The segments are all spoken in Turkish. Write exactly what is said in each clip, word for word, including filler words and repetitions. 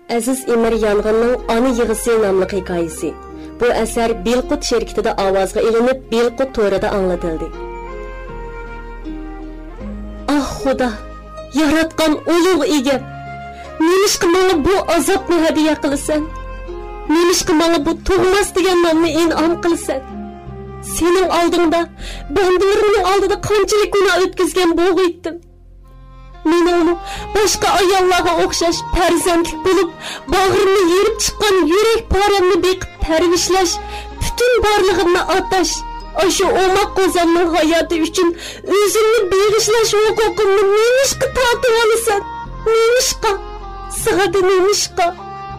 Aziz Emir Yang'inning Ona yig'isi nomli hikoyasi. Bu asar Belqut şirketida ovozga ilinib, Belqut to'rida anglatildi. Ah Xudo, yaratgan ulug' egam, nemishqa menga bu azobni hadiya qilasan? Nemishqa menga bu tug'mas degan nomni in'om qilasan? Sening oldingda, bandalarimning oldida qanchalik gunoh o'tkazgan bo'lgandim. Men onu başka ayollarga o'xshash farzandlik bo'lib, bag'rimni yerib chiqqan yurak paramni beqib parvishlash, bütün borlig'imni atash, o'sha o'moq qo'zamning hayoti uchun o'zimni beg'ishlash huquqimni nemishqa tortib olasan? Nemishqa? Sig'adi nemishqa?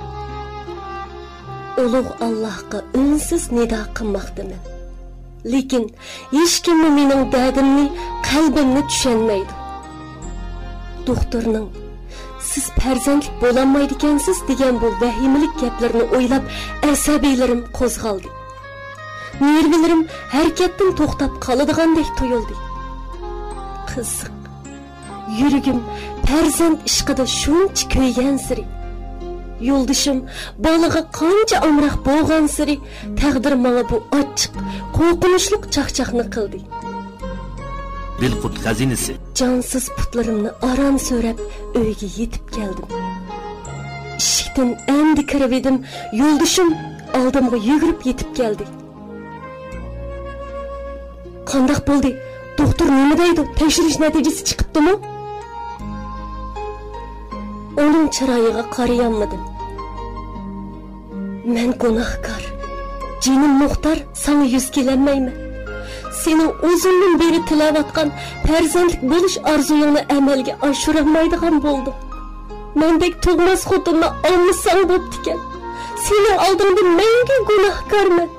Ulug' Allohga unsiz nido qilmoqdaman. Lekin hech kim mening dardimni, qalbimni tushunmaydi. Doktorning siz farzandlik bo'lanmaydi ekansiz degan bu vahimalik gaplarni o'ylab asabiylarim qo'zg'aldi. Nervlarim harakatdan to'xtab qoladigandek tuyuldi. Qiziq. Yuragim farzand ishqida shuncha ko'ygan siri. Yo'ldishim bolaga qancha umroq bo'lgan siri taqdir menga bu ochiq, qo'rqinchli chaqchaqni qildi. Belqut xazinasi. Cansız putlarımni aram so'rab uyga yetib keldim. Eshikdan endi kirib edim, yo'ldishim oldimga yugurib yetib keldi. Qandoq bo'ldi? Doktor nima deydi? Tekshirish natijasi chiqibdimi? Uning chiroyiga qarayolmadim. Men gunohkor. Jinim Muxtar, sana yuz kelanmayman. Senin uzundan beri tilavatkan farzandlik bo'lish arzuyingni amalga oshirolmaydigan bo'ldim. Mendek tug'mas xotinni olmasang bo'pti-kan. Sening oldingda menga gunohkorman.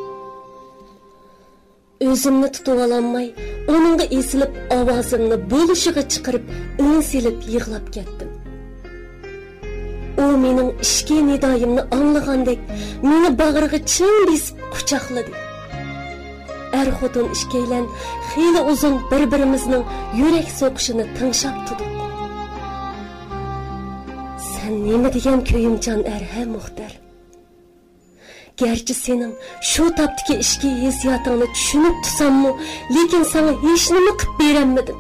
O'zimni tutib ololmay, uningga esilib ovozimni bo'lishiga chiqarib, un silib yig'lab ketdim. U mening ishki nidoyimni anglagandek, meni bag'riga chin besib quchoqladi. Er xotin ishkaylan xeyli uzun bir-birimizning yurak so'qishini tinglab turdik. Sen nima degan ko'yimchan er ha Muxtar? Gerçi senin shu topdagi ishki hissiyotingni tushunib tursammi, lekin sana hech nima qilib berolmadim.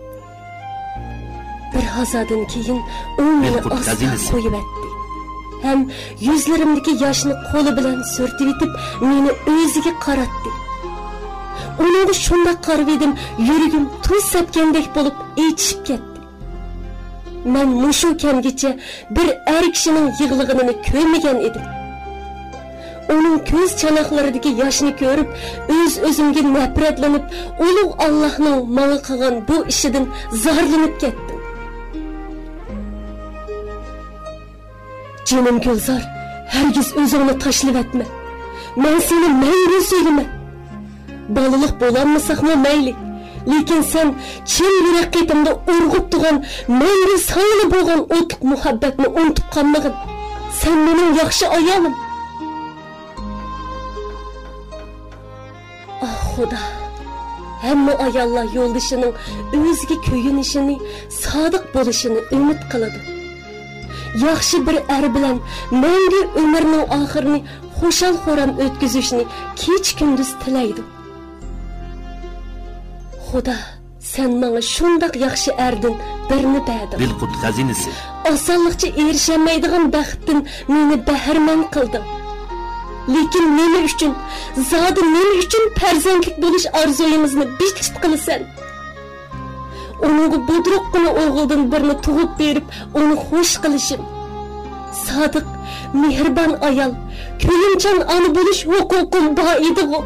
Bir hazadan keyin u meni osga qo'yib etdi. Hem yuzlarimdagi yoshni qo'li bilan surtib etib, meni o'ziga qaratdi. Ona şunda qarab edim, yuragim tuz sepgandek bo'lib echishib ketdi. Men mushu kamgacha bir er kishining yig'lig'ini ko'rmagan edim. Uning ko'z chanoqlaridagi yoshni ko'rib, o'z-o'zimga nafratlanib, ulug' Allohning menga qilgan bu ishidan zorlanib ketdim. Jinim Gulzor, hargiz o'zingni tashlab etma. Men seni mayli so'ylaman. Balılık bolanmasaqmı mayli. Lekin sen chin yurak qitimda urg'ib turgan, menga sangli bo'lgan o'tliq muhabbatni unutib qolmagin. Sen mening yaxshi ayolim. Ah Xudo. Hamma ayollar yo'ldishining o'ziga ko'yinishini, sodiq bo'lishini umid qiladi. Yaxshi bir er bilan menga umrning oxirini xo'shal-xo'ram o'tkazishni kech kunduz tilaydi. Xudo, sen menga shundoq yaxshi erdin birini berding. Belqut xazinasi. Osonlikcha erishmaydigan baxtdan meni bahramand qilding. Lekin nima uchun, zodi nima uchun farzandlik bo'lish orzuyimizni bichit qilasan? Uningga budruqqina o'g'ildan birini tug'ib berib, uni xush qilishim. Sodiq, mehribon ayol, ko'yimchan ona bo'lish huquqim bor edi-ku.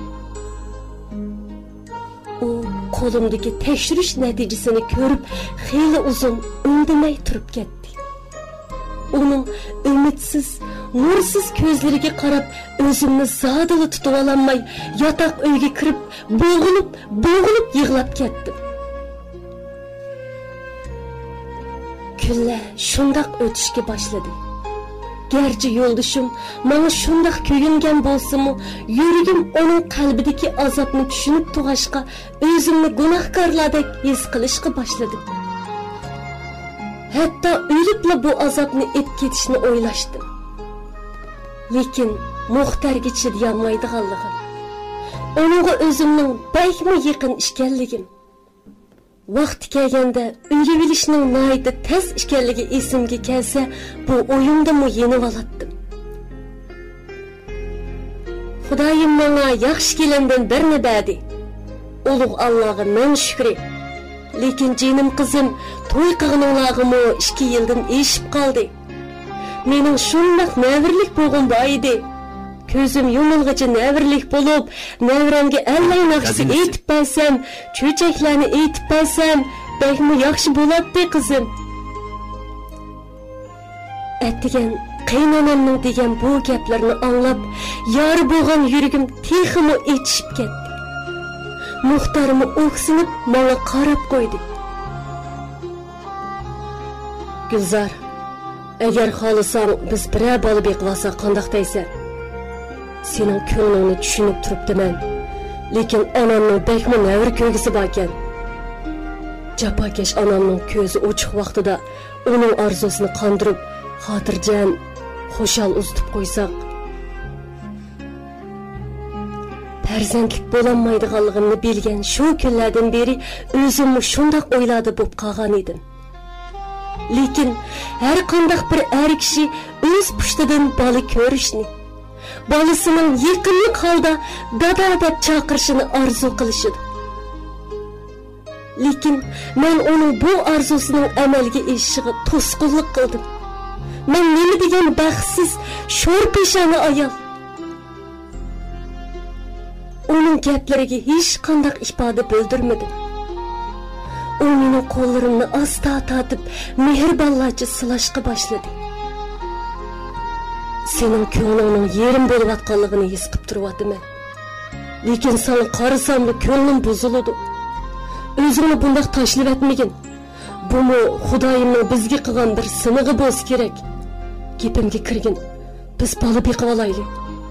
U qo'limdagi tekshirish natijasini ko'rib, xeyli uzun indamay turib ketdi. Uning umidsiz, nursiz ko'zlariga qarab, o'zimni zodili tutib ololmay, yotoq uyga kirib, bo'g'ilib, bo'g'ilib yig'lab ketdim. Kunlar shundoq o'tishga boshladi. Gerçi yo'ldishim menga shundoq ko'yingan bo'lsa-mu, yuragim uning qalbidagi azobni tushunib tug'ashqa, o'zimni gunohkorlardek his qilishga boshladim. Hatta ölüpla bu azapni ep ketishni o'ylashdim. Lekin Muxtarga chidayolmaydiganligim, onunga o'zimning bakmi yaqin ishkanligim, vaqti kelganda o'lib olishning nihoyatda tez ekanligi esimga kelsa, bu o'yimdimi yenib olatdim. Xudoyim menga yaxshi kelindan birni berdi. Ulug' Allohga ming shukr. Lekin jinim qizim to'y qilganlarg'imi ikki yildan eshib qoldi. Mening shundoq navrlik bo'lgan bor edi. Ko'zim yumilg'icha navrlik bo'lib, navramga allay naqshi aytib bersam, cho'chaklarni aytib bersam, bakmi yaxshi bo'ladi qizim. Atdigan qaynonamning degan bu gaplarni anglab, yori bo'lgan yuragim teximi etishib ketdi. Muxtarimi o'ksinib menga qarab qo'ydi. Gulzar, agar xohlasang biz biror bola beqib olsak qandoq deysan? Sening ko'nglingni tushunib turibdiman. Lekin onamning bakmi navr ko'gisi bor ekan. Japokesh onamning ko'zi ochiq vaqtida uning orzusini qondirib, xotirjam, xo'shal uzitib qo'ysak, farzandlik bo'lolmaydiganligimni bilgan shu kunlardan beri o'zimni shundoq o'yladi bo'lib qolgan edim. Lekin har qanday bir er kishi o'z pushtidan bola ko'rishni, bolasining yaqinlik holda dada deb chaqirishini orzu qilishidi. Lekin men uning bu orzusining amalga oshishiga to'sqinlik qildim. Men nima degan baxtsiz, sho'r peshona ayol. Onun gaplariga hech qanday ifoda bildirmadim. U mening qo'llarimni asta tatib, mehribonlarcha silashga boshladi. Sening ko'nglingning yerim bo'lib atganligini his qilib turibman. Lekin sana qarasam ko'nglim buziladi. O'zingni bundoq tashlab etmagin. Buni Xudoyimning bizga qilgan bir sinig'i bo'lsa kerak. Gapimga kirgin. Biz bola beqib olaylik.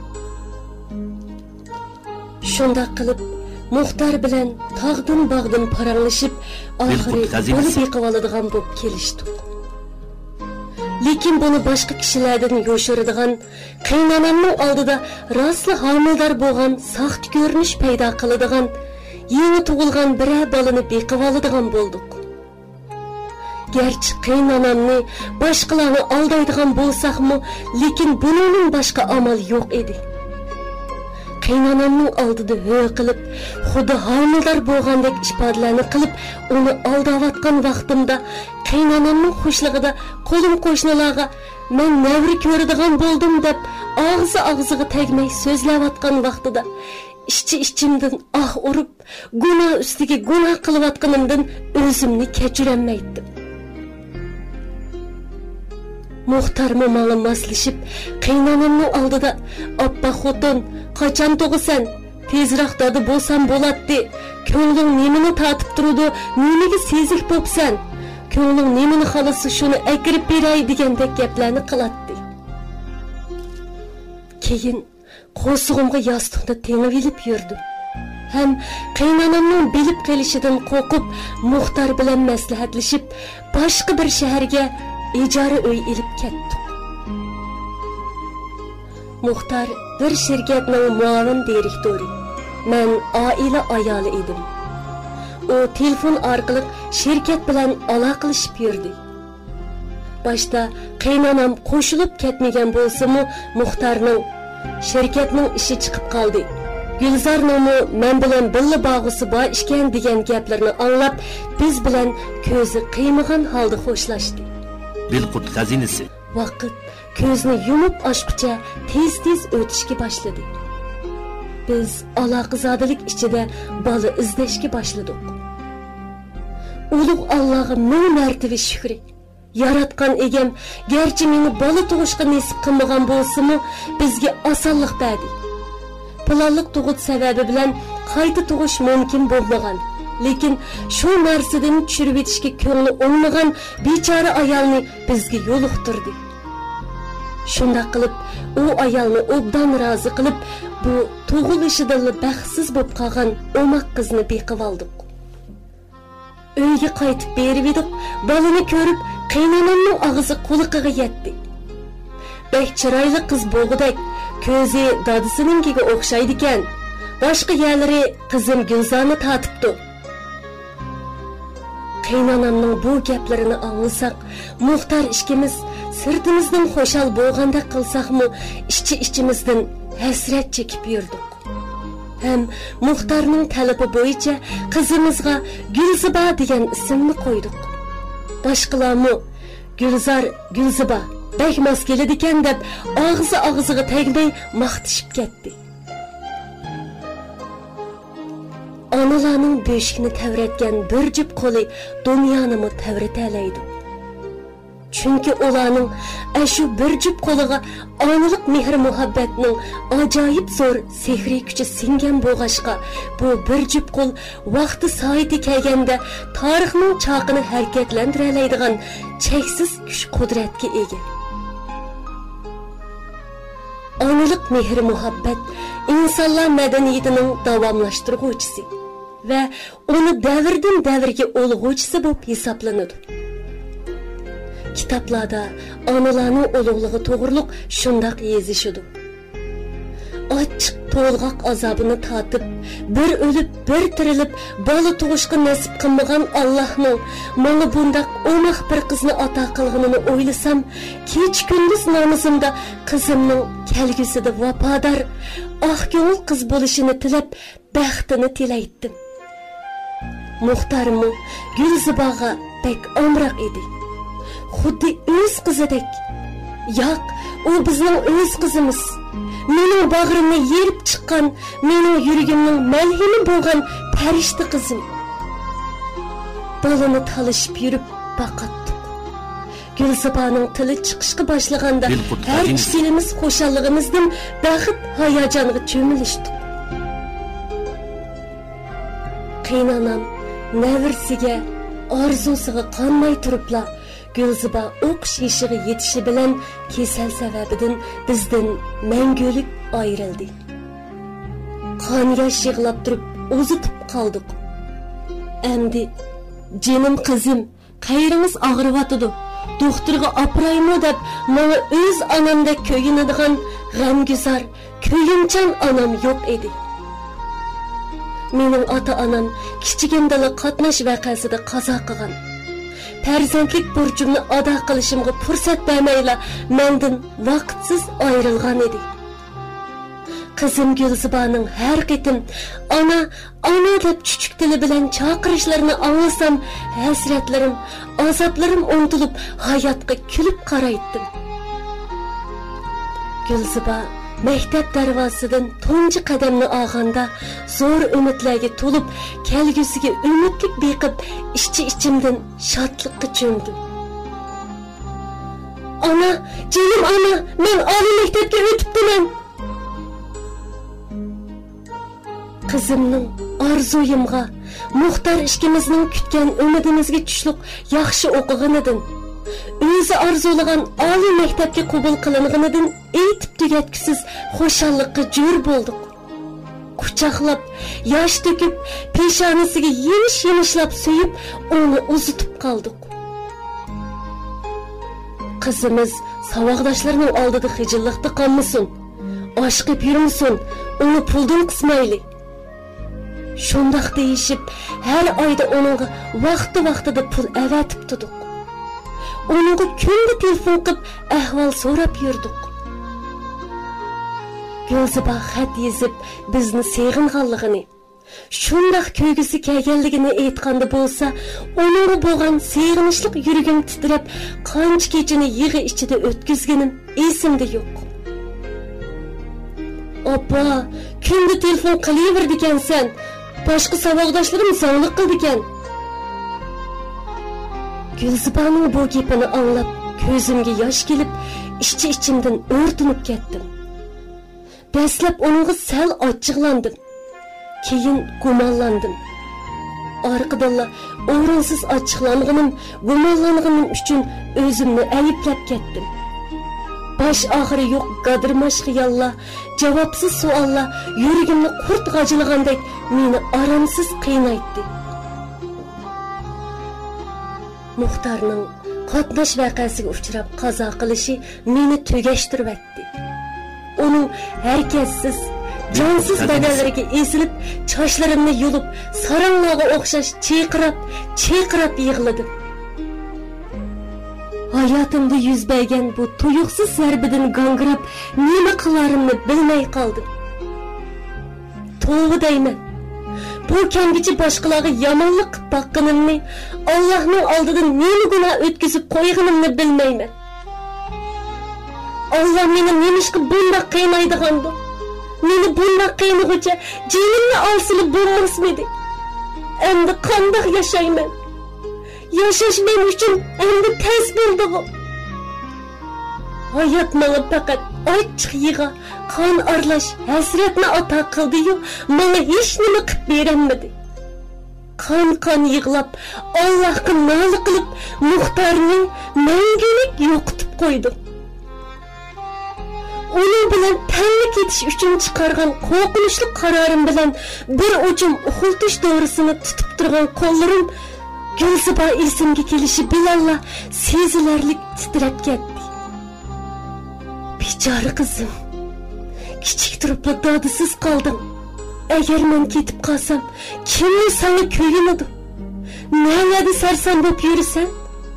Shunda qilib Muxtar bilan tog'dan bog'dan paranglashib, oxiri bola beqib oladigan bo'lib kelishdik. Lekin buni boshqa kishilardan yo'shiradigan, qaynonamning oldida rostli homildor bo'lgan, saxt ko'rinish paydo qiladigan, yangi tug'ilgan biror bolani beqib oladigan bo'ldik. Gerçi qaynonamni boshqalarni aldaydigan bo'lsaqmi, lekin buning boshqa amal yo'q edi. Qaynonamning oldida hö qilib, xuddi homildor bo'lgandek ifodalarni qilib, uni aldavatgan vaqtimda qaynonamning xushligida qo'lim qo'shnilarga men navri ko'radigan bo'ldim deb og'zi og'ziga tegmay so'zlayotgan vaqtida ishchi-ishchimdan ah urib, gunoh ustiga gunoh qilayotganimdan o'zimni kechirolmaydim. Muxtarmi menga moslashib, qaynonamning oldida "Oppa xotin, qachon tug'san? Tezroq dadi bo'lsam bo'ladi. Ko'ngling nimani tatib turadi, nimaga sezik bo'psan? Ko'ngling nimani xolasa shuni akirib beray" degandek gaplarni qiladi. Keyin qo'sig'imga yostiqda tengib ilib yurdim. Ham qaynonamning bilib kelishidan qo'rqib, Muxtar bilan maslahatlashib, boshqa bir shaharga ijara uy ilib ketdik. Muxtar bir shirkatning muavin direktori. Men oila ayoli edim. U telefon orqali shirkat bilan aloqalashib yurdi. Boshda qaynonam qo'shilib ketmagan bo'lsa-mu, Muxtarning shirkatning ishi chiqib qoldi. Gulzarning men bilan billa bog'isi bor ekan degan gaplarni anglab, biz bilan ko'zi qiymagan holda xo'shlashdi. Bilqut xazinasi. Vaqt ko'zni yumib ochqicha tez-tez o'tishga boshladi. Biz aloqazodalik ichida bola izlashga boshladik. Ulug' Allohga ming martaba shukr. Yaratgan egam garchi meni bola tug'ishga nasib qilmagan bo'lsa-mu, bizga osonlik berdi. Planlik tug'ut sababi bilan qayta tug'ish mumkin bo'lmagan. Lekin shu narsadan tushirib etishga ko'ngli olmagan bechora ayolni bizga yo'liqtirdi. Shunda qilib u ayolni obdan rozi qilib, bu tug'ilishidan baxtsiz bo'lib qolgan o'mak qizni beqib oldik. Uyga qaytib berib edik, bolani ko'rib Qaynonamning og'izi quliqiga yetdi. Bek chiroyli qiz bo'lgudek, ko'zi dadisininkiga o'xshaydi ekan. Boshqa yerlari qizim Gulzorni tatibdi. Qaynonamning bu gaplarini anglasak, Muxtar ikkimiz sirtimizdan xo'shal bo'lganda qilsaqmi, ichchi-ichimizdan hasrat chekib yurdik. Hem Muxtarning talabi bo'yicha qizimizga Gulziba degan ismni qo'ydik. Boshqalarmi Gulzor, Gulziba bek mos keladi ekan deb og'zi og'ziga tegmay maqtishib ketdi. Onalarning beshikni tavratgan bir jup qo'li dunyoni mu tavratalaydi. Chunki ularning ashu bir jup qo'liga onalik mehr muhabbatning ajoyib zo'r sehriy kuchi singan bo'lg'ashqa, bu bir jup qo'l vaqti soati kelganda tarixning chaqini harakatlantirib oladigan cheksiz kuch qudratga ega. Onalik mehr muhabbat insonlar madaniyatining davomlashtiruvchisi ve onu davrdan davrga ulug'uvchisi bo'lib hisoblanadi. Kitaplarda onalarning ulug'ligi to'g'riliq shundoq yozishadi. Ochiq to'lg'oq azobini tatib, bir o'lib, bir tirilib, bola tug'ishga nasib qilmagan Allohning menga bundoq o'maq bir qizni ato qilganini o'ylasam, kech kunduz namozimda qizimning kelgusida vafodor, oq ko'ngil qiz bo'lishini tilab, baxtini tilaydim. Muxtarmi Gulzibaga pek omroq edi. Xuddi o'z qizidek. Yo'q, u bizning o'z qizimiz. Mening bag'rimni yerib chiqqan, mening yuragimning malhimi bo'lgan farishta qizim. Bolani talishib yurib baqatdik. Gulzibaning tili chiqishga boshlaganda har ikkimiz xo'shalligimizdan baxt hayajonga cho'milishdik. Qaynonam nevrisiga orzusiga qanmay turibla Gulziba o'qish yoshiga yetishi bilan kasal sababidan bizdan mangulik ayrildi. Qon yosh yig'lab turib o'zitib qoldik. Endi jinim qizim, qayringiz og'riyotdi. Doktorga opraymi deb menga o'z onamdek ko'yinadigan g'amguzar, ko'yimchan onam yo'q edi. Mening ota-onam kichigimdala qatnash vaqasida qazo qilgan. Farzandlik burchimni ado qilishimga fursat bermayla mendan vaqtsiz ayrilgan edi. Qizim Gulzibaning har qitim ona, ona deb chuchuk tili bilan chaqirishlarini anglasam, hasratlarim, azoblarim unutilib, hayotga kulib qaraydim. Gulziba maktab darvozasidan tunji qadamni olganda zo'r umidlarga to'lib, kelgusiga umidlik beqib, ichchi-ichimdan shodlikqa cho'mdim. Ana, jinim ana, men oliy maktabga o'tibman. Qizimning orzuyimga, Muxtar ishkimizning kutgan umidimizga tushliq yaxshi o'qiganidan, o'zi orzulagan oliy maktabga qabul qilinganidan aytib tugatkisiz xo'shallikqa jo'r bo'ldik. Quchoqlab, yosh to'kib, peshonasiga yemish-yemishlab suyib, uni uzitib qoldik. Qizimiz savoqdoshlarining oldida xijillikda qolmasin, oshqib yurmasin, uni puldan qismayli. Shundoq deyishib, har oyda uningga vaqti-vaqtida pul avatib turdik. Onunga kunda telefon qilib ahvol so'rab yurdik. Gulziba xat yozib bizni seg'inganligini, shundoq ko'ygisi kelganligini aytganda bo'lsa, onunga bo'lgan seg'inishlik yuragim titrab, qancha kechani yig'i ichida o'tkazganim esimda yo'q. Oppa, kunda telefon qilaverdi ekansan, boshqa savoqdoshlarim sog'liq qildi ekan. Gulzibaning bu gapini anglab, ko'zimga yosh kelib, ichchi-ichimdan o'rtinib ketdim. Dastlab uningga sal ochiqlandim. Keyin gumonlandim. Orqadan o'rinsiz ochiqlanganim, gumonlanganim uchun o'zimni ayblab ketdim. Baş oxiri yo'q gadirmash xiyollar, javobsiz savollar yuragimni qurt g'ajilgandek meni aramsiz qiynaydi. Muxtarning qatnash vaqasiga uchrab qazo qilishi meni tugashtirib etdi. Uning harakatsiz, jonsiz badallariga esilib, chochlarimni yulib, saranglarga o'xshash chiyqirab, chiyqirab yig'ladim. Hayotimda yuz bergan bu tuyuqsiz zarbidan gangirab, nima qilarimni bilmay qoldim. Tövbe deyman. Bu kengichi boshqalarga yomonlik qilib baqqanimni, Allohning oldida nima gunoh o'tkazib qo'yganimni bilmayman. Allah meni nemishqa bundoq qiymaydigandi? Meni bundoq qiymag'icha jinimni olsilib bo'lmasmidi? Endi qanday yashayman? Yashash men uchun endi tez bo'ldi. Hayot menga faqat ochiq yig'a, qon arlash, hasratni ato qildi-yu, menga hech nima qilib berolmadi. Qon-qon yig'lab, Allohga nola qilib, Muxtorni mangulik yo'qotib qo'ydi. Onun bilan tanli ketish uchun chiqargan qo'rqinchli qarorim bilan bir o'chim uxultish dorisini tutib turgan qo'llarim Gulziba esimga kelishi bilanla sezilarlik titrab ketdi. Bechora qizim, kichik turibla dodisiz qoldim. Agar men ketib qolsam, kimni sana ko'yinadi? Nega sarson bo'lib yurasan?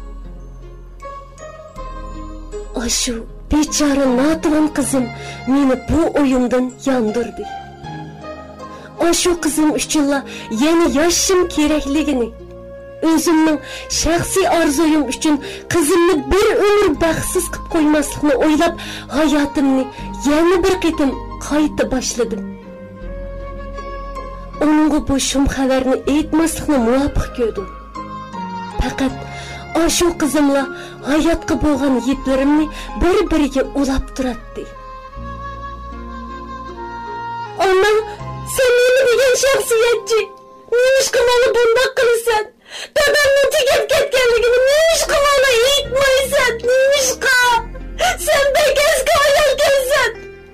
Ashu bechora notuvan qizim meni bu o'yimdan yondirdi. Ashu qizim uchunla yana yashashim kerakligini, o'zimning shaxsiy orzuyim uchun qizimni bir umr baxtsiz qilib qo'ymaslikni o'ylab, hayotimni yana bir qitim qayta boshladim. Onunga bu shum xabarni aytmaslikni muvofiq ko'rdim. Faqat ashu qizimla hayotga bo'lgan yiplarimni bir-biriga ulab turadi. Ona, sen nima degan shaxsiyatchi? Nishqa meni bundoq qilasan? Dadamni tegib ketganligini nishqa meni aytmaysan? Nishqa? Sen bekasga ayolgansan.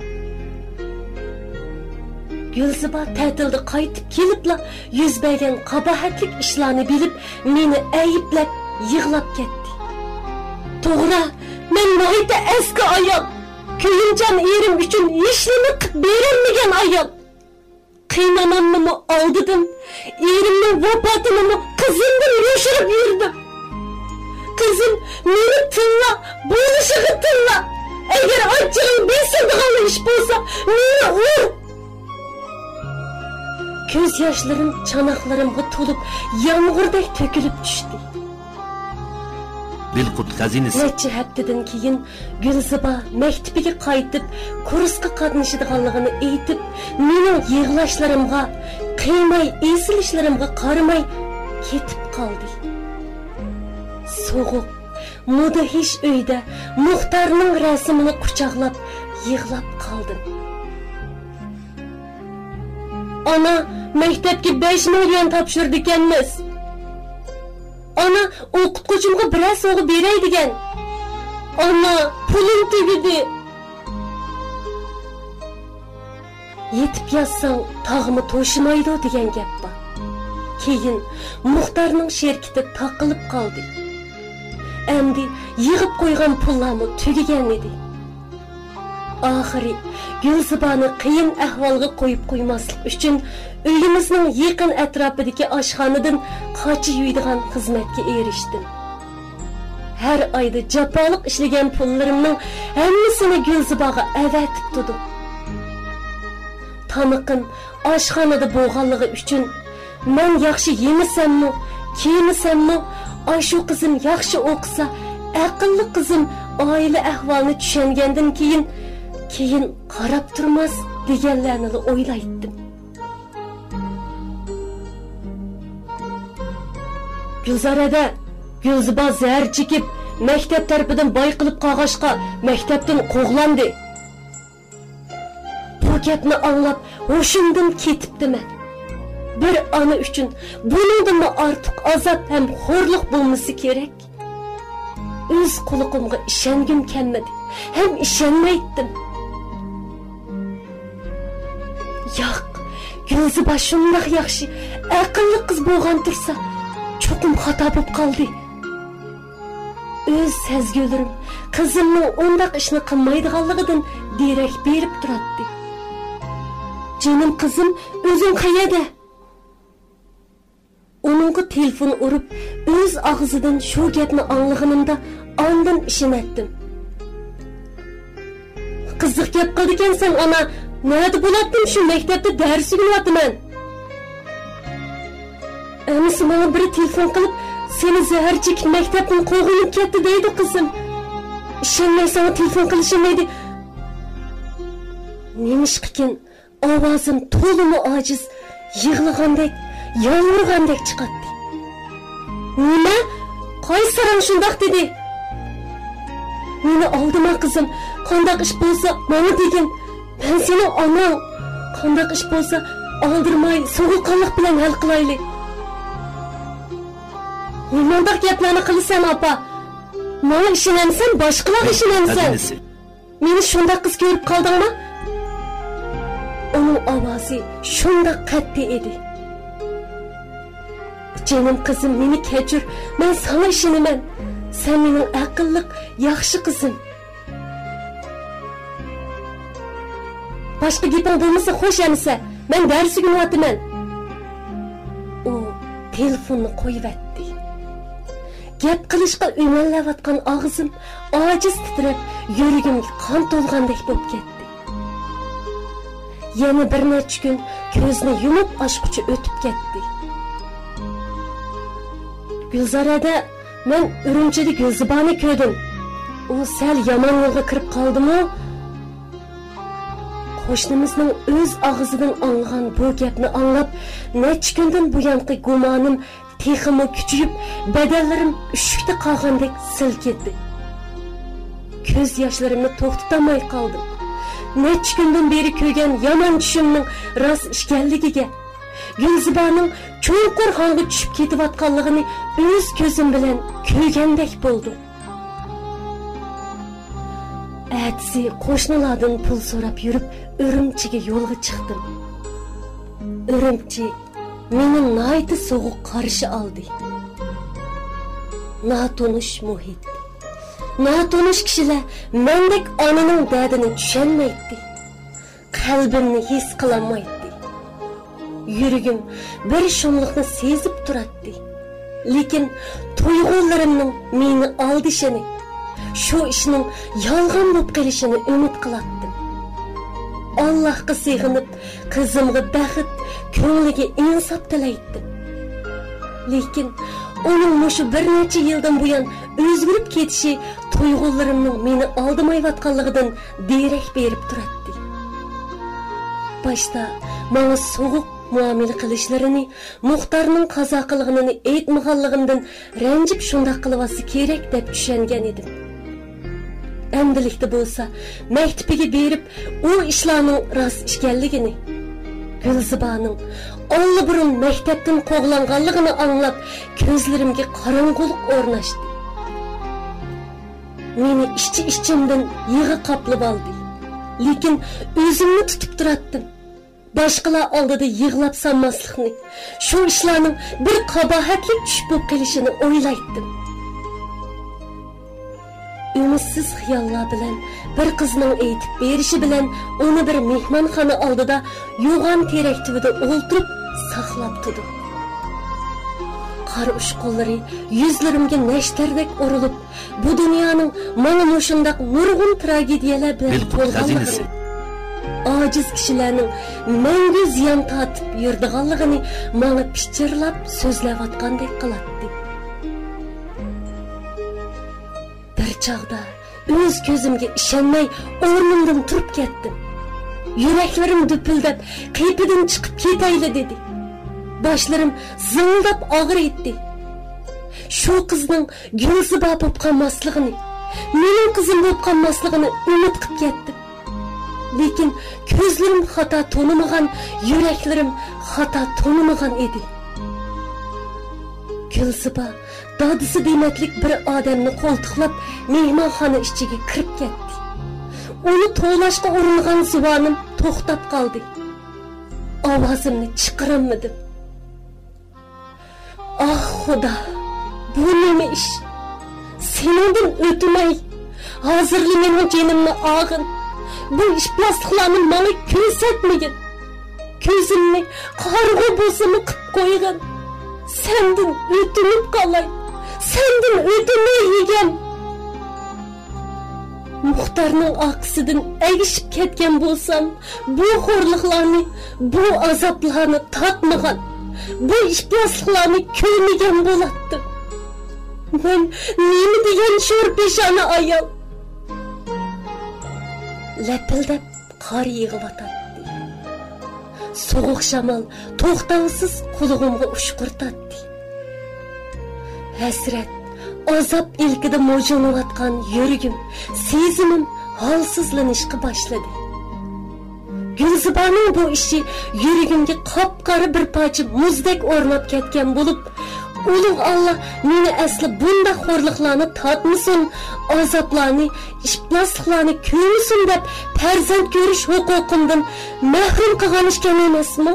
Gulziba ta'tilda qaytib kelibla yuz bergan qabahatlik ishlarni bilib, meni ayblab yig'lab ketdi. To'g'ri, men noita eski ayol, kuyinjan erim uchun hech nima qilib berolmagan ayol. Qiynamamni oldidim, erimning vafotini qizimdan yoshirib yurdim. Qizim meni tilla, bo'lishini tilla. Agar ochig'im besildigan ish bo'lsa, meni ur. Ko'z yoshlarim chanoqlarimga to'lib, yomg'irday to'kilib tushdi. Bilqut xazinasi. Necha haftadan keyin Gulziba maktabiga qaytib, kursga qatnashadiganligini aytib, mening yig'lashlarimga, qiymay, esilishlarimga qaramay ketib qoldi. So'g'uq, mudahish uyda Muxtorning rasmini quchoqlab, yig'lab qoldim. Ana, maktabga besh million topshirdi ekanmiz. Ana, o'qituvchimga biroz o'g'i beray degan. Ana, pulim tugidi. Yetib yazsang, tog'imi to'shimaydi degan gap bor. Keyin Muxtorning sherkiti taqilib qoldi. Endi yig'ib qo'ygan pullarni tugagan edi. Oxiri Gulzibani qiyin ahvolga qo'yib qo'ymaslik uchun uyimizning yaqin atrofidagi oshxonadan qochib yuydigan xizmatga erishdim. Har oyda jafoliq ishlagan pullarimning hammasini Gulzibaga avatib turdim. Taniqim oshxonada bo'lganligi uchun men yaxshi yemasammi, kiymasammi, ashu qizim yaxshi o'qisa, aqlli qizim oila ahvolini tushungandan keyin keyin qarab turmas deganlarni o'ylaydim. Gulzarada Gulziba zahar chekib, maktab tarafidan boy qilib qog'ashqa maktabdan qo'g'landi. Bu gapni anglab, hoshimdan ketibdiman. Bir ona uchun bundan ortiq azob ham xo'rliq bo'lmasi kerak. O'z quligimga ishongim kelmadi, ham ishonmaydim. Yo'q, Gulziba shundoq yaxshi, aqlli qiz bo'lgan tursa, cho'qim xato bo'lib qoldi. öz sezgülerim kızımның ondaq işni qilmaydiganligidan derak berib turadi. Canım kızım özün qayerda? Onunğa telefon urib, öz ağzıdan şu gapni anlag'animda ondan ishonatdim. Qiziq gap qildikansan ana, nerede bo'latdim shu maktabda dars o'qiyapman. Amisi bana bir telefon qilib, seni zahar chekib maktabdan qo'g'ilib ketdi deydi qizim. Ishonmay sana telefon qilishmaydi. Nemishqikin ovozim to'limi ojiz, yig'lagandek, yolg'irgandek chiqadi. Nima? Qaysaran shundoq dedi. Meni oldima qizim, qandoq ish bo'lsa, mana degin. Ben sening onang. Qandoq ish bo'lsa, oldirmay, so'g'uqonlik bilan hal qilaylik. Nimandaq gaplarni qilsan, opa? Mana ishonamsan, boshqalar ishonamsan. Meni shundoq qiz ko'rib qoldingmi? Onun ovozi shundoq qat'iy edi. Canım kızım, meni kechir, men sana ishonaman. Sen mening aqlli, yaxshi qizim. Başqa gaping bo'lmasa xo'sh amsa, men dars o'qiyapman. U telefonni qo'yibdi. Gap qilishga o'ylanayotgan og'zim ojiz titrab, yuragimga qon to'lgandek bo'lib ketdi. Yana bir necha kun ko'zni yumib ochquchi o'tib ketdi. Gulzarada men Urumchida Gulzibani ko'rdim. U sal yomon yo'lga kirib qoldimi? Qo'shnimizning o'z og'zidan olgan bu gapni anglab, necha kundan buyanqi gumonim teximi kuchayib, badallarim ushukda qolgandek silkitdi. Ko'z yoshlarimni to'xtatamay qoldim. Necha kundan beri ko'rgan yomon tushimning rost ishganligiga, Gulzibaning cho'nqur holga tushib ketayotganligini o'z ko'zim bilan ko'rgandek bo'ldim. Әтsi qo'shnilardan pul so'rab yurib, Urumchiga yo'lga chiqdim. Urumchi meni nihoyatda sovuq qarshi oldi. Notanish muhit. Notanish kishilar mendek onaning dardini tushunmaydi. Qalbimni his qilolmaydi. Yuragim bir shumliqni sezib turadi. Lekin tuyg'ularimning meni aldishini, shu ishning yolg'on bo'lib qolishini umid qilardim. Allohga sig'inib, qizimga baxt, ko'ngliga insof tilaydim. Lekin uning mushu bir necha yildan buyon o'zgarib ketishi tuyg'ularimning meni oldimayotganligidan derak berib turadi. Boshda menga so'g'uq muomala qilishlarini, Muxtorning qazo qilganini aytmaganligimdan ranjib shunday qilibasi kerak deb tushungan edim. Endilikda bo'lsa, maktabiga berib, u ishlarning rost ishganligini, Gulzibaning allburun maktabdan qo'g'langanligini anglab, ko'zlarimga qorong'ulik o'rnashdi. Meni ishchi-ishchimdan yig'i qoplab oldi. Lekin o'zimni tutib turatdim. Boshqalar oldida yig'lab sanmaslikni, shu ishlarning bir qabohatli tush bo'lib qolishini o'ylaydim. Ümidsiz xiyollar bilan bir qizning aytib berishi bilan uni bir mehmonxona oldida yo'g'on terak tubida o'ltirib saqlab turdim. Qor ushqunlari yuzlarimga nashtardek urilib, bu dunyoning mana shunday nurg'un tragediyalar bilan to'lganligini, ojiz kishilarning mangu ziyon tortib yurdiganligini menga pichirlab so'zlayotgandek qiladi. Bir chog'da o'z ko'zimga ishonmay o'rnimdan turib ketdim. Yuraklarim dupildab, qiyipidan chiqib ketayli dedi. Boshlarim zing'illab og'ir etdi. Shu qizning Gulziba bo'lib qolmasligini, mening qizim bo'lib qolmasligini umid qilib ketdim. Lekin ko'zlarim xato to'nimagan, yuraklarim xato to'nimagan edi. Gulziba dadisi demaklik bir odamni qo'ltiqlab mehmonxona ichiga kirib ketdi. Uni to'lashga uringan zubonim to'xtab qoldi. Ovozimni chiqarolmadim. Ah xudo, bu nima ish? seningdan o'tmay, hozirli mening jonimni og'in. Bu ishplasliqlarni menga ko'rsatmagin. Ko'zimni qarg'u bo'lsimi qilib qo'ygan. Sendan o'tinib qolay. Sendan o'tinmay yegan. Muxtarning oqsidan egishib ketgan bo'lsam, bu xo'rliqlarni, bu azoblarni tatmagan, bu ishplasliqlarni ko'rmagan bo'lardim. Men nima degan sho'r peshona ayol? Lapildab qor yig'vatadi. Soğuk şamal to'xtovsiz qulog'imga ushqirtadi. Hasrat, azap ilkida mo'jinayotgan yuragim, sezimim holsizlanishga boshladi. Gulzibaning bu ishi yuragimga qop-qora bir parcha muzdek o'rnab ketgan bo'lib, ulug' Allah meni asli bunda xo'rliqlarni tatmasin, azoblarni, ishplasliqlarni ko'rmasin deb farzand ko'rish huquqimdan mahrum qilgan ekan emasmi?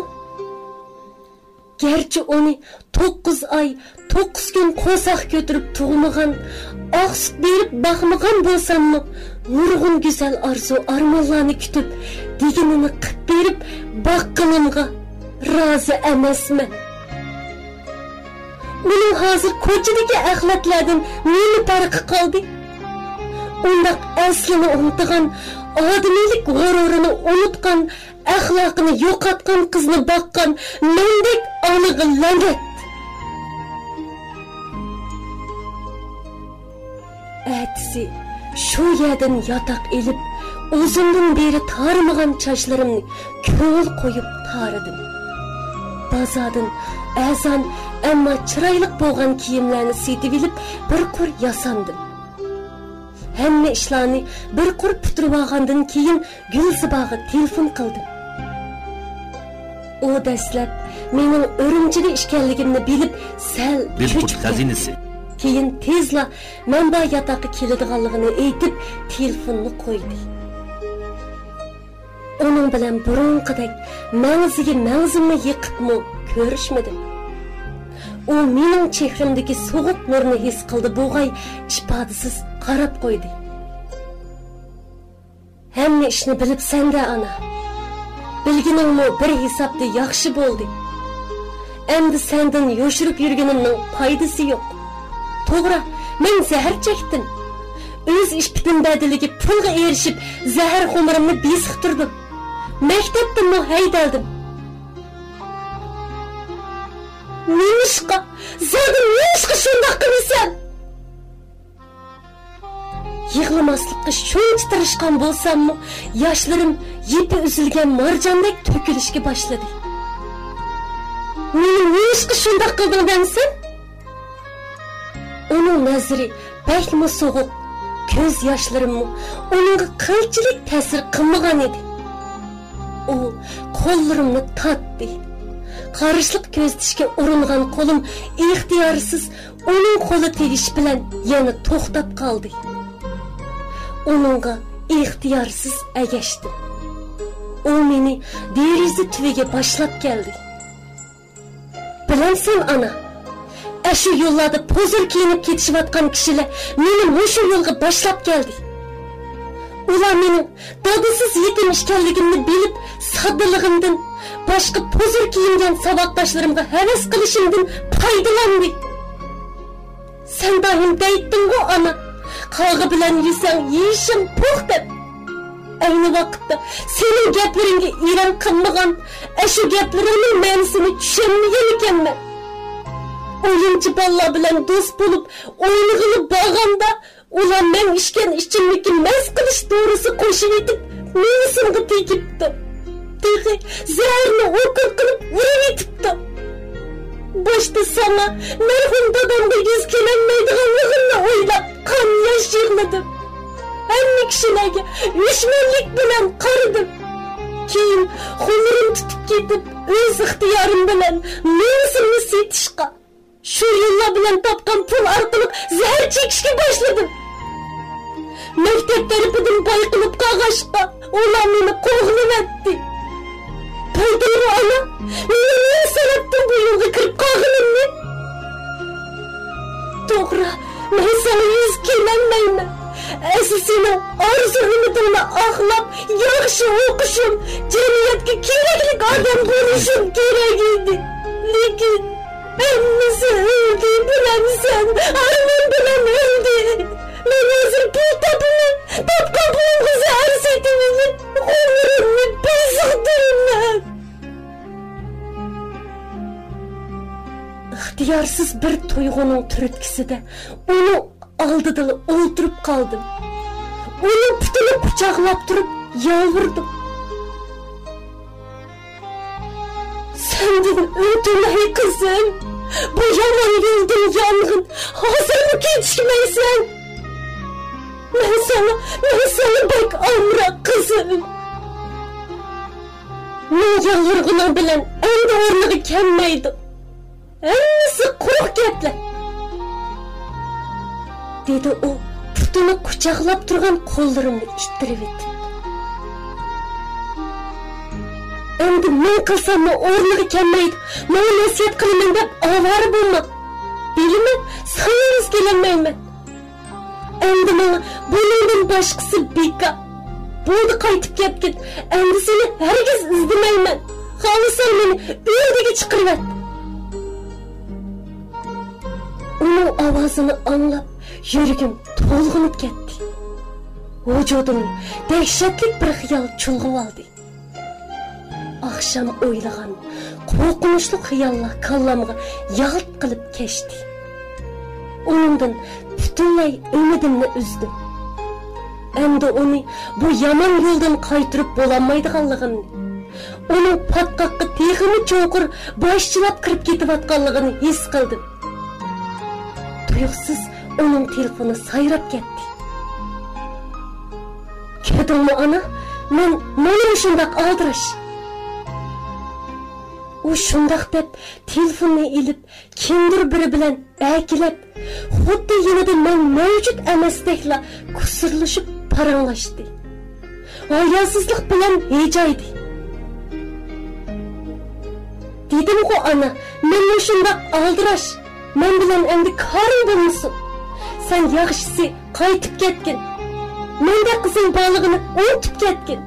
Gerçi onu to'qqiz oy, to'qqiz kun qo'saq ko'tirib tug'magan, oq sut berib boqmagan bo'lsammi, nurg'un go'zal arzu armonlarni kutib, deganini qilib berib boqqanimga rozi emasman. Uning hozir ko'chadagi axlatlardan nima farqi qoldi? Undaq aslini unutgan, odamiylik g'ururini unutgan, axloqini yo'qotgan qizni boqqan mendek onaga la'nat. Atsi shu yerdan yotoq elib, o'zimdan beri tarimagan sochlarimni ko'l qo'yib taridim. Bozordan azon ammo chiroyli bo'lgan kiyimlarni setib olib, bir qur yasandim. Hamma ishlarni bir qur putirib olgandan keyin Gulzibaga telefon qildim. O dastlab mening Urumchida ishkanligimni bilib, sal Bilqut xazinasi. Keyin tezla manba yotoqqa keladiganligini aytib, telefonni qo'ydi. Onun bilan burunqidek mangziga mangzimni yiqibmi ko'rishmadim. O mening chehrimdagi so'g'uq nurni his qildi, bo'g'ay ifodasiz qarab qo'ydi. Hamma ishni bilibsan-da ana. Bilginingmi bir hisobda yaxshi bo'ldi. Endi sendan yoshirib yurganimning foydasi yo'q. To'g'ri, men zahar chekdim. O'z ishbitim badiliga pulga erishib, zahar xumirimni besiqtirdim. Maktabdan mu haydaldim. Nishqa, zadim nishqa shundoq qilsan? Yig'lamaslikka shuncha tirishgan bo'lsammi, yoshlarim yepi uzilgan marjondek to'kilishga boshladi. Meni nishqa shundoq qilding demsan? Uning nazari bakmi so'g'uq, ko'z yoshlarimmi uningga qilchilik ta'sir qilmagan edi. O qo'llarimni tatdi. Qarishliq ko'zatishga uringan qo'lim ixtiyorsiz uning qo'li tegish bilan yana to'xtab qoldi. Uningga ixtiyorsiz agashdim. U meni deriza tuviga boshlab keldi. Bilamsan ana, ashu yo'llarda pozir kiyinib ketishayotgan kishilar meni o'sha yo'lga boshlab keldi. Ular mening dadasiz yetim ekanligimni bilib, soddaligimdan, boshqa pozir kiyingan saboqdoshlarimga havas qilishimdan foydalandi. Sen doim deytding-ku ana, qog'i bilan yesang yeyishim puh deb. Ayni vaqtda sening gaplaringga iron qilmagan, ashu gaplaringning ma'nosini tushunmagan ekanman. O'yinchi bolalar bilan do'st bo'lib, o'ynag'ilib bo'lganda ular men ishgan ichimlikni mas qilish to'g'risi qo'shib etib, menisimga tegibdi. Teg'i zaharni o'qir qilib urib etibdi. Boshda sana merhum dadamga yuz kelolmaydiganligimni o'ylab qon yosh yig'ladim. Hamma kishilarga dushmanlik bilan qaradim. Keyin xunurim tutib ketib, o'z ixtiyorim bilan menisimni setishga, shu yo'llar bilan topgan pul orqali zahar chekishga boshladim. Maktab tarafidan bayqilib qolg'ashqa, ular meni qo'g'livatdi. Bildingmi ana, meni nima sababdan bu yo'lga kirib qolganimni? To'g'ri, men sana yuz kelib saqlab, yaxshi o'qishim, jamiyatga kerakli odam bo'lishim kerak edi. Lekin hammasi o'ldi, bilamsan, armon bilan o'ldi. Men hozir pul topib, topgan pulimga zarar setib, umrimni bezdirman. İxtiyarsız bir tuyg'uning turtkisida uni oldida o'ltirib qoldim. Uni putini quchoqlab turib yolvirdim. Senden o'tmay qizim, bu yomon yo'ldan yong'in, hozirmi kechikmaysan? Men sana, men sana bak amra qizim. Men yolg'irg'unim bilan endi o'rniga kelmaydi. Hammasi quruq gaplar. Dedi o, putini quchoqlab turgan qo'llarimni ittirib etib. Endi men qilsam o'rniga kelmaydi. Men nasiyat qilaman deb ovora bo'lma. Bilaman, sangiz kelolmayman. Endi men bundan boshqasi beka. Bo'ldi qaytib ketgin. Endi seni hargiz izlamayman. Xohlasan meni uyga chiqarib et. Onun ovozini anglab, yuragim to'lg'inib ketdi. Vujudimni dahshatli bir xiyol chulg'ib oldi. Akşam o'ylagan, qo'rqinchli xiyollar kallamga yalt qilib kechdi. Uningdan butunlay umidimni uzdim. Endi uni bu yomon yo'ldan qaytirib bo'lolmaydiganligini, uning patqoqqa texmi cho'qir boshchilab kirib ketayotganligini his qildim. Tuyuqsiz onun telefonu sayrab ketdi. Kedingmi ana? Men mana shundoq aldirash. U shundoq deb telefonni ilib, kimdir biri bilan akilab, xuddi yanada men mavjud emasdekla kusurlashib paranglashdi. Hayasizlik bilan hejaydi. Dedim-ku ana, men shundoq aldirash. Men bilan endi koring bo'lmasin. Sen yaxshisi qaytib ketgin. Menda qizing borligini unutib ketgin.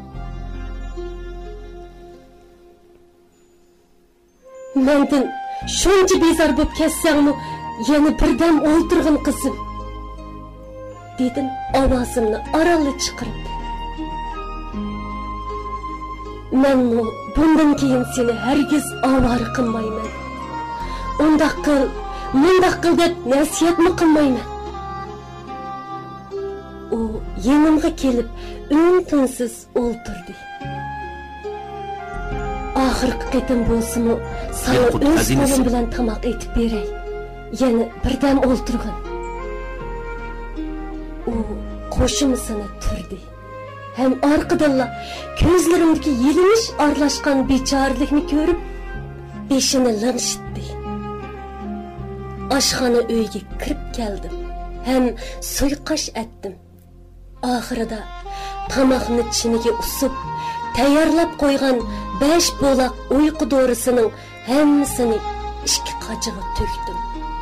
Mendan shuncha bezor bo'lib ketsangmi, yana birdan o'ltirg'in qizim. Dedim ovozimni arali chiqarib. Men bundan keyin seni hargiz ovora qilmayman. Undaq qil, mundaq qil deb nasihatmi qilmayman. U yanimga kelib, un-tinsiz o'ltirdi. Oxirgi qitim bo'lsa-mu, sana o'z qo'lim bilan tamoq etib beray. Yana birdan o'ltirg'in. U qo'shimisini turdi. Hem arqadalla ko'zlarimdagi yelinish aralashgan bechorlikni ko'rib, beshini langshitdi. Oshxona uyga kirib keldim. Hem suiqash etdim. Oxirida tamoqni chiniga usib, tayyorlab qo'ygan besh bo'laq uyqu dorisining hammasini ikki qochiga to'kdim.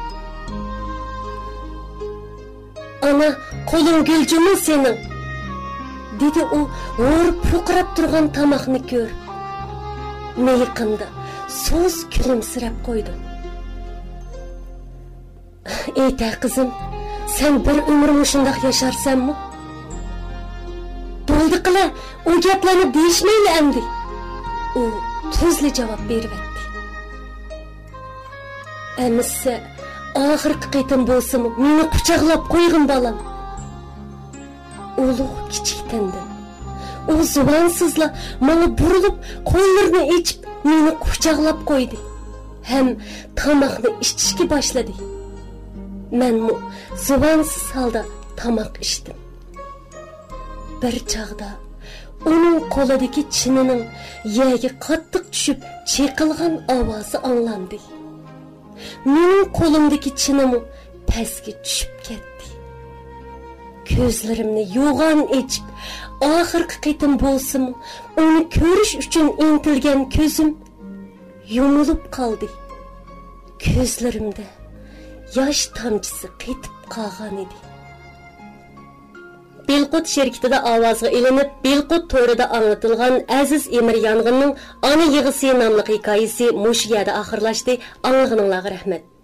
Ana, qo'ling guljumun sening, dedi u o'rib puqrab turgan tamoqni ko'r. Meyiqinda so'z kulimsirab qo'ydi. Eyta qizim, sen bir umr shundoq yasharsanmi? Bo'ldi qila, u gaplarni deyishmayli endi. U tuzli javob beribdi. Amisa oxirgi qitim bo'lsa-mu, meni quchoqlab qo'yg'in bolam. Ulug' kichikdandim. U zubansizla menga burilib, qo'llarini ichib, meni quchoqlab qo'ydi. Hem tamoqni ichishga boshladi. Men mu zubansiz holda tamoq ichdim. Bir chaqda onun qo'lidagi chinining yerga qattiq tushib, cheqilgan ovozi anglandi. Mening qo'limdagi chinim pastga tushib ketdi. Ko'zlarimni yo'g'on echib, oxirgi qitim bo'lsa-mu, uni ko'rish uchun intilgan ko'zim yumilib qoldi. Ko'zlarimda yosh tomchisi qetib qolgan edi. Belqut şirketida ovozga ilinib, Belqut to'rida anlatilgan Aziz Emir Yong'inning Ona yig'isi nomli hikoyasi mush yerda oxirlashdi. Anglag'ininglarga rahmat.